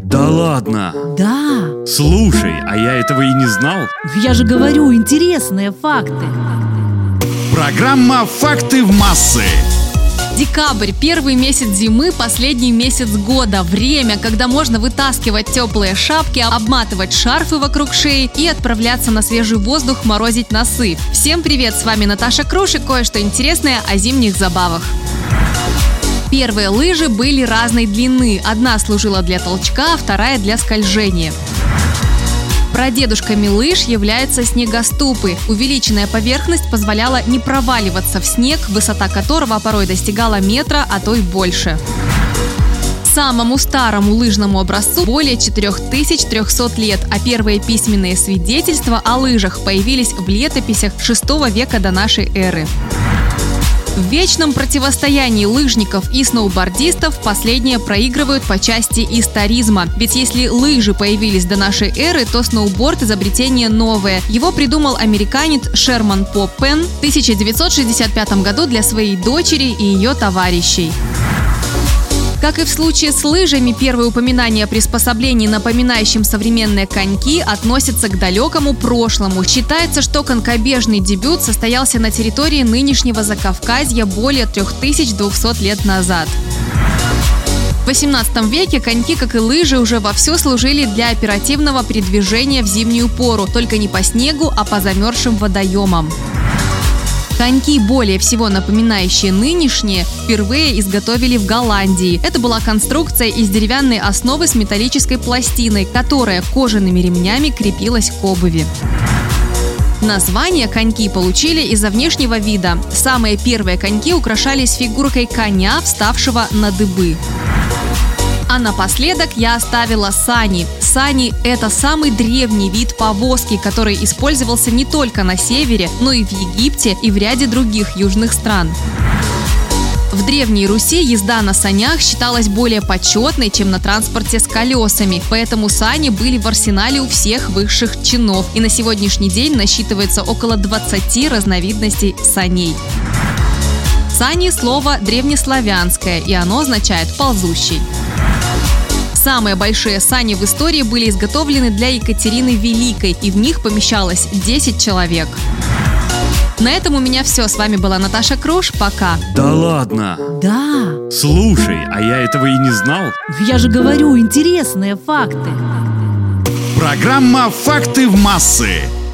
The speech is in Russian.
Да ладно? Да. Слушай, а я этого и не знал. Я же говорю, интересные факты. Программа «Факты в массы». Декабрь – первый месяц зимы, последний месяц года. Время, когда можно вытаскивать теплые шапки, обматывать шарфы вокруг шеи и отправляться на свежий воздух морозить носы. Всем привет, с вами Наташа Круш и кое-что интересное о зимних забавах. Первые лыжи были разной длины. Одна служила для толчка, а вторая для скольжения. Прадедушками лыж являются снегоступы. Увеличенная поверхность позволяла не проваливаться в снег, высота которого порой достигала метра, а то и больше. Самому старому лыжному образцу более 4300 лет, а первые письменные свидетельства о лыжах появились в летописях VI века до нашей эры. В вечном противостоянии лыжников и сноубордистов последние проигрывают по части историзма. Ведь если лыжи появились до нашей эры, то сноуборд – изобретение новое. Его придумал американец Шерман Поппен в 1965 году для своей дочери и ее товарищей. Как и в случае с лыжами, первые упоминания о приспособлении, напоминающем современные коньки, относятся к далекому прошлому. Считается, что конькобежный дебют состоялся на территории нынешнего Закавказья более 3200 лет назад. В XVIII веке коньки, как и лыжи, уже вовсю служили для оперативного передвижения в зимнюю пору, только не по снегу, а по замерзшим водоемам. Коньки, более всего напоминающие нынешние, впервые изготовили в Голландии. Это была конструкция из деревянной основы с металлической пластиной, которая кожаными ремнями крепилась к обуви. Название коньки получили из-за внешнего вида. Самые первые коньки украшались фигуркой коня, вставшего на дыбы. А напоследок я оставила сани. Сани – это самый древний вид повозки, который использовался не только на севере, но и в Египте и в ряде других южных стран. В Древней Руси езда на санях считалась более почетной, чем на транспорте с колесами, поэтому сани были в арсенале у всех высших чинов, и на сегодняшний день насчитывается около 20 разновидностей саней. Сани – слово древнеславянское, и оно означает «ползущий». Самые большие сани в истории были изготовлены для Екатерины Великой, и в них помещалось 10 человек. На этом у меня все. С вами была Наташа Круш. Пока. Да ладно? Да. Слушай, а я этого и не знал. Я же говорю, интересные факты. Программа «Факты в массы».